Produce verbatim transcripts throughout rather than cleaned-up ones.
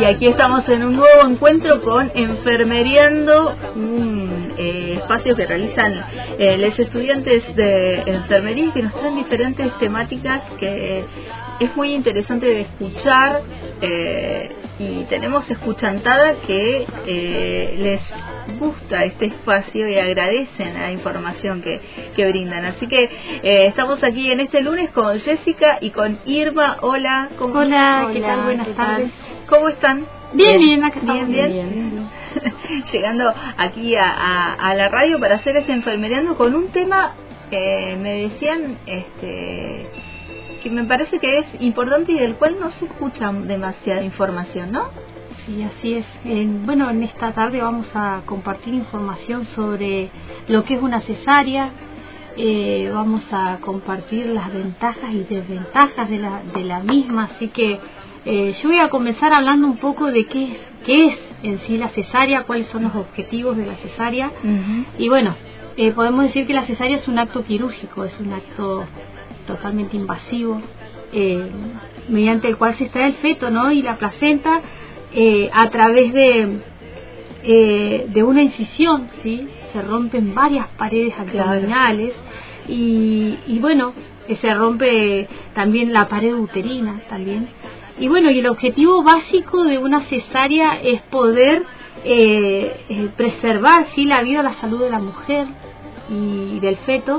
Y aquí estamos en un nuevo encuentro con Enfermeriando, un eh, espacio que realizan eh, los estudiantes de enfermería, que nos traen diferentes temáticas que es muy interesante de escuchar, eh, y tenemos escuchantada que eh, les gusta este espacio y agradecen la información que, que brindan. Así que eh, estamos aquí en este lunes con Jessica y con Irma. Hola, ¿cómo? Hola, ¿qué tal? Buenas ¿qué tardes. Tal? ¿Cómo están? Bien, bien, acá bien, bien, bien. bien. Llegando aquí a, a, a la radio para hacer este Enfermeriando con un tema que me decían este que me parece que es importante y del cual no se escucha demasiada información, ¿no? Sí, así es. Eh, bueno, en esta tarde vamos a compartir información sobre lo que es una cesárea. Eh, vamos a compartir las ventajas y desventajas de la, de la misma, así que eh, yo voy a comenzar hablando un poco de qué es, qué es en sí la cesárea, cuáles son los objetivos de la cesárea. Uh-huh. Y bueno, eh, podemos decir que la cesárea es un acto quirúrgico, es un acto totalmente invasivo, eh, mediante el cual se extrae el feto, ¿no? Y la placenta eh, a través de eh, de una incisión, ¿sí? Se rompen varias paredes abdominales. Claro. y, y bueno, eh, se rompe también la pared uterina también. Y bueno, y el objetivo básico de una cesárea es poder eh, eh, preservar, ¿sí?, la vida, la salud de la mujer y del feto.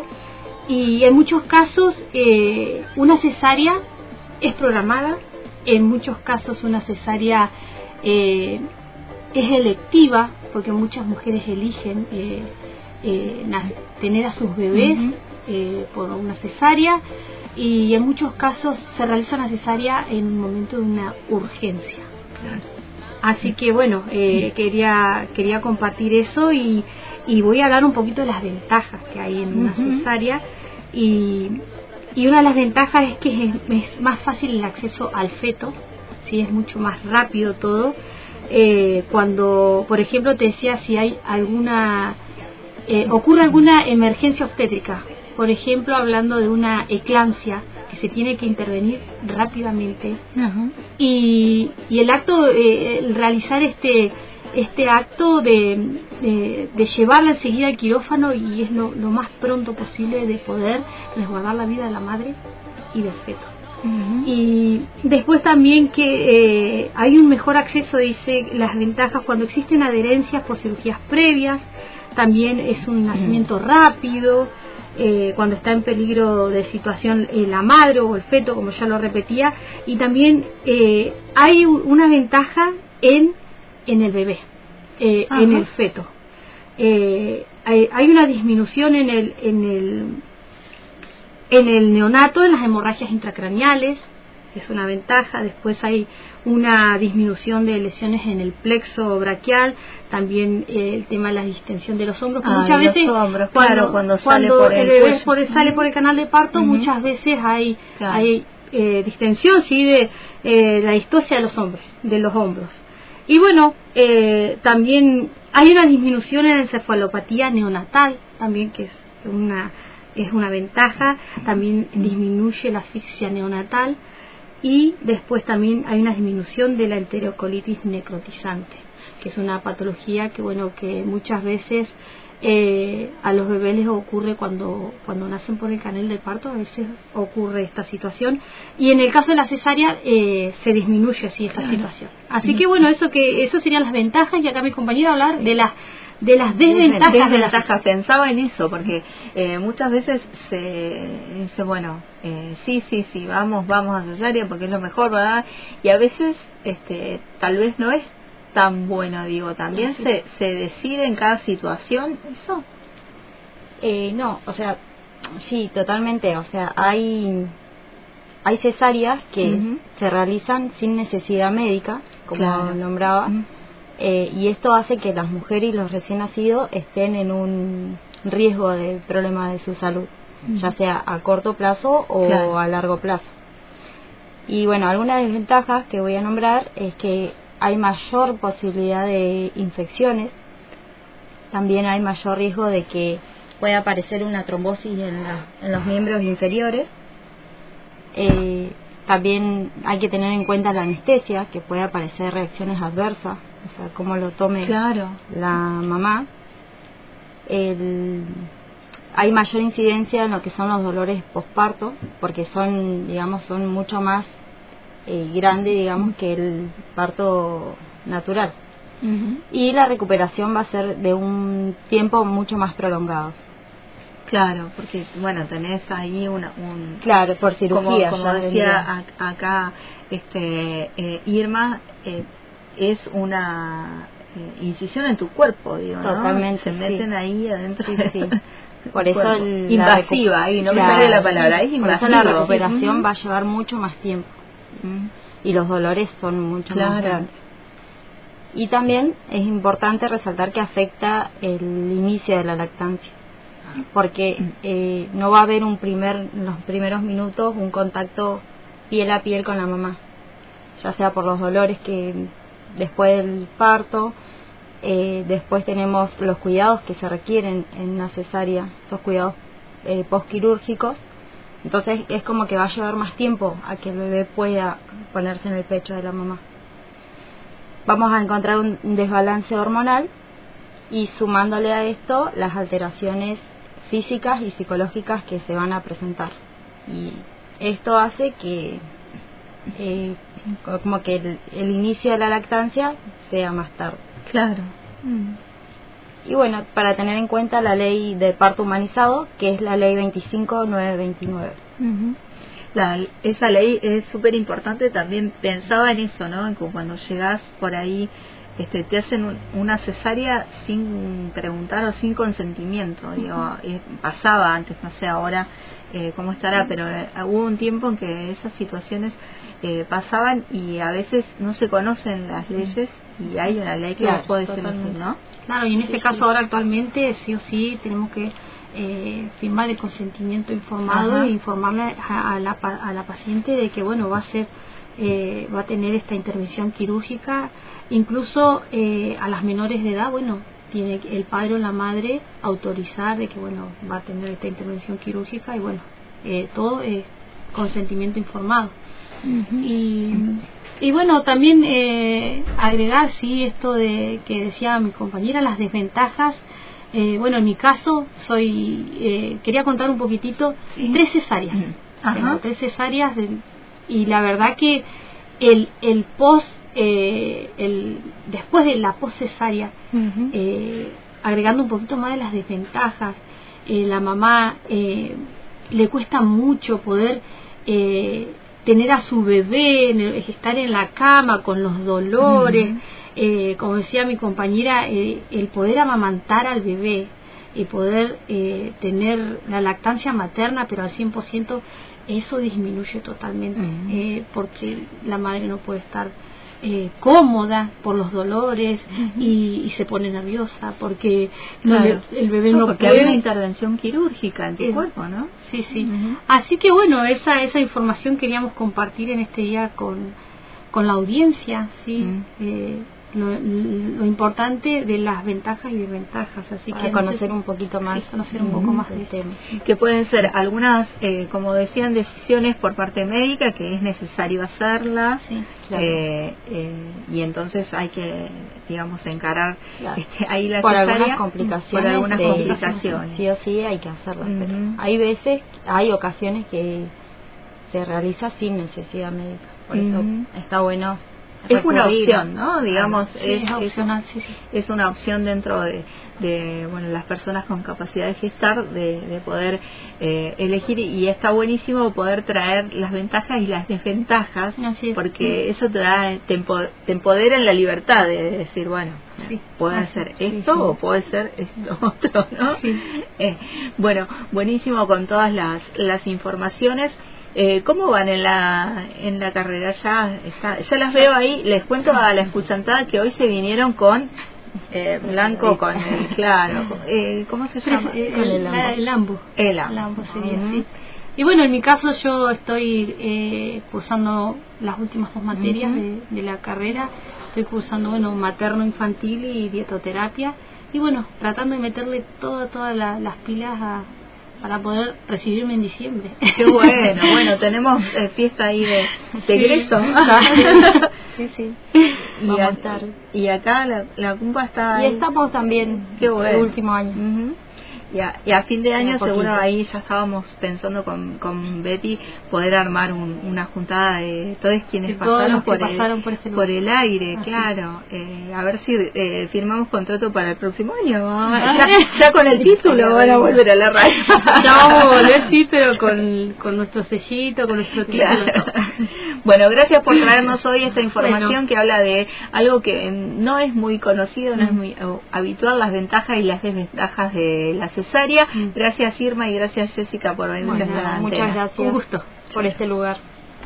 Y en muchos casos eh, una cesárea es programada, en muchos casos una cesárea eh, es electiva, porque muchas mujeres eligen eh, eh, tener a sus bebés uh-huh. eh, por una cesárea, y en muchos casos se realiza una cesárea en un momento de una urgencia. Claro. Así que bueno, eh, quería quería compartir eso y y voy a hablar un poquito de las ventajas que hay en una uh-huh. cesárea. Y, y una de las ventajas es que es, es más fácil el acceso al feto, ¿sí? Es mucho más rápido todo. Eh, cuando, por ejemplo, te decía si hay alguna, eh, ocurre alguna emergencia obstétrica, por ejemplo, hablando de una eclampsia, que se tiene que intervenir rápidamente. Uh-huh. y, y el acto, eh, el realizar este este acto de, de, de llevarla enseguida al quirófano, y es lo, lo más pronto posible de poder resguardar la vida de la madre y del feto. Uh-huh. Y después también que eh, hay un mejor acceso, dice, las ventajas cuando existen adherencias por cirugías previas, también es un nacimiento uh-huh. rápido, eh, cuando está en peligro de situación eh, la madre o el feto, como ya lo repetía, y también eh, hay una ventaja en en el bebé, eh, en el feto. Eh, hay, hay una disminución en el, en el en el neonato, en las hemorragias intracraneales, es una ventaja. Después hay una disminución de lesiones en el plexo braquial, también eh, el tema de la distensión de los hombros, ah, muchas veces hombros, cuando, claro, cuando, cuando sale por el, el bebé cuello. por, sale uh-huh. por el canal de parto, uh-huh. muchas veces hay, claro. hay eh, distensión, sí, de eh, la distosia de los hombros, de los hombros. Y bueno, eh, también hay una disminución en la encefalopatía neonatal, también, que es una es una ventaja. También disminuye la asfixia neonatal, y después también hay una disminución de la enterocolitis necrotizante, que es una patología que bueno que muchas veces eh, a los bebés les ocurre cuando cuando nacen por el canal del parto. A veces ocurre esta situación, y en el caso de la cesárea eh, se disminuye así esta situación. Así que bueno, eso que eso serían las ventajas, y acá mi compañero va a hablar de las de las desventajas. Desventajas, de la... pensaba en eso, porque eh, muchas veces se dice, bueno, eh, sí, sí, sí, vamos, vamos a cesárea porque es lo mejor, ¿verdad? Y a veces este tal vez no es tan bueno, digo, también sí. se, se decide en cada situación eso. Eh, no, o sea, sí, totalmente, o sea, hay hay cesáreas que uh-huh. se realizan sin necesidad médica, como claro. nombraba, uh-huh. eh, y esto hace que las mujeres y los recién nacidos estén en un riesgo de problemas de su salud, uh-huh. ya sea a corto plazo o claro. a largo plazo. Y bueno, algunas desventajas que voy a nombrar es que hay mayor posibilidad de infecciones, también hay mayor riesgo de que pueda aparecer una trombosis en, la, en los miembros inferiores, eh, también hay que tener en cuenta la anestesia, que puede aparecer reacciones adversas, o sea, cómo lo tome claro. la mamá. El, hay mayor incidencia en lo que son los dolores posparto, porque son, digamos, son mucho más eh, grandes, digamos, que el parto natural. Uh-huh. Y la recuperación va a ser de un tiempo mucho más prolongado. Claro, porque bueno, tenés ahí una un claro por cirugía, como, como decía a, acá este eh, Irma, eh, es una eh, incisión en tu cuerpo, digo, totalmente, ¿no? Se meten sí. ahí adentro. Sí, sí. Por eso el, invasiva, ahí no claro, me sale la palabra, es invasiva. Por eso la recuperación uh-huh. va a llevar mucho más tiempo uh-huh. y los dolores son mucho claro. más grandes. Y también es importante resaltar que afecta el inicio de la lactancia, porque eh, no va a haber un primer los primeros minutos un contacto piel a piel con la mamá, ya sea por los dolores que después del parto, eh, después tenemos los cuidados que se requieren en una cesárea, esos cuidados eh, postquirúrgicos, entonces es como que va a llevar más tiempo a que el bebé pueda ponerse en el pecho de la mamá. Vamos a encontrar un desbalance hormonal y sumándole a esto las alteraciones físicas y psicológicas que se van a presentar, y esto hace que eh, como que el, el inicio de la lactancia sea más tarde. Claro. Mm. Y bueno, para tener en cuenta la ley de parto humanizado, que es la ley veinticinco mil novecientos veintinueve. Uh-huh. La, esa ley es súper importante, también pensaba en eso, ¿no? En que cuando llegás por ahí Este, te hacen un, una cesárea sin preguntar o sin consentimiento, digo, uh-huh. eh, pasaba antes, no sé ahora eh, cómo estará, pero eh, hubo un tiempo en que esas situaciones eh, pasaban y a veces no se conocen las leyes y hay una ley que claro, las puede ser así, ¿no? Claro, y en este sí, caso sí. ahora actualmente sí o sí tenemos que eh, firmar el consentimiento informado Ajá. e informarle a, a, la, a la paciente de que bueno va a ser Eh, va a tener esta intervención quirúrgica, incluso eh, a las menores de edad, bueno, tiene el padre o la madre autorizar de que bueno va a tener esta intervención quirúrgica y bueno, eh, todo es consentimiento informado. Uh-huh. y, y bueno, también eh, agregar sí esto de que decía mi compañera, las desventajas. Eh, bueno, en mi caso soy eh, quería contar un poquitito, sí. tres cesáreas, uh-huh. Tengo tres cesáreas de, y la verdad que el el post eh, el después de la post cesárea, uh-huh. eh, agregando un poquito más de las desventajas, eh, la mamá eh, le cuesta mucho poder eh, tener a su bebé, estar en la cama con los dolores, uh-huh. eh, como decía mi compañera, eh, el poder amamantar al bebé y poder eh, tener la lactancia materna pero al cien por ciento, eso disminuye totalmente, uh-huh. eh, porque la madre no puede estar eh, cómoda por los dolores, uh-huh. y, y se pone nerviosa porque no claro. le, el bebé no, no porque puede. Hay una intervención quirúrgica en tu es, cuerpo, ¿no? Sí, sí. Uh-huh. Así que bueno, esa esa información queríamos compartir en este día con con la audiencia, sí. Uh-huh. eh, Lo, lo importante de las ventajas y desventajas, así para que conocer un poquito más, sí, conocer un poco más del tema, que pueden ser algunas, eh, como decían, decisiones por parte médica que es necesario hacerlas, sí, claro. eh, eh, y entonces hay que, digamos, encarar claro. este, ahí la por cesárea, algunas complicaciones, por algunas de, complicaciones, sí o sí hay que hacerlas, uh-huh. pero hay veces, hay ocasiones que se realiza sin necesidad médica, por uh-huh. eso está bueno. Es una opción, ¿no? Digamos, ah, sí, es, es, opcional, sí, sí. es una opción dentro de, de bueno, las personas con capacidad de gestar, de, de poder eh, elegir, y está buenísimo poder traer las ventajas y las desventajas, es, porque sí. eso te da, te, empo, te empodera en la libertad de decir, bueno, sí. puede ah, ser sí, esto sí. o puede ser esto otro, ¿no? Sí. Eh, bueno, buenísimo con todas las, las informaciones. Eh, ¿Cómo van en la en la carrera? Ya está, ya las veo ahí. Les cuento a la escuchantada que hoy se vinieron con eh, blanco, con el claro. Eh, ¿Cómo se llama? El, el, el ambo. El ambo. El ambo sería, uh-huh. sí. Y bueno, en mi caso yo estoy eh, cursando las últimas dos materias uh-huh. de, de la carrera. Estoy cursando, bueno, materno-infantil y dietoterapia. Y bueno, tratando de meterle todas todas la, las pilas a para poder recibirme en diciembre. Qué bueno, bueno, tenemos eh, fiesta ahí de, de egreso. Sí, sí. Y, a, y acá la, la cumpa está y ahí. Estamos también. Qué bueno. El último año. Uh-huh. Y a, y a fin de año seguro ahí ya estábamos pensando con, con Betty poder armar un, una juntada de todos quienes de pasaron, todos por, que el, pasaron por, este por el aire, Así. claro. Eh, a ver si eh, firmamos contrato para el próximo año. Ya, ya con el título van a volver a la radio. Ya vamos a volver, sí, pero con, con nuestro sellito, con nuestro título. Claro. Bueno, gracias por traernos hoy esta información bueno. que habla de algo que no es muy conocido, no mm. es muy uh, habitual, las ventajas y las desventajas de la cesárea. Mm. Gracias Irma y gracias Jessica por venir bueno, a la muchas antena. gracias. Un gusto por este lugar.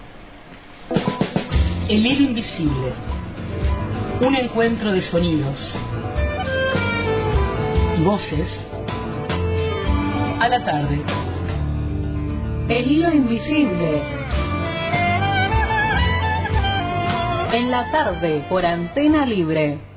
El hilo invisible, un encuentro de sonidos y voces a la tarde. El hilo invisible en la tarde por Antena Libre.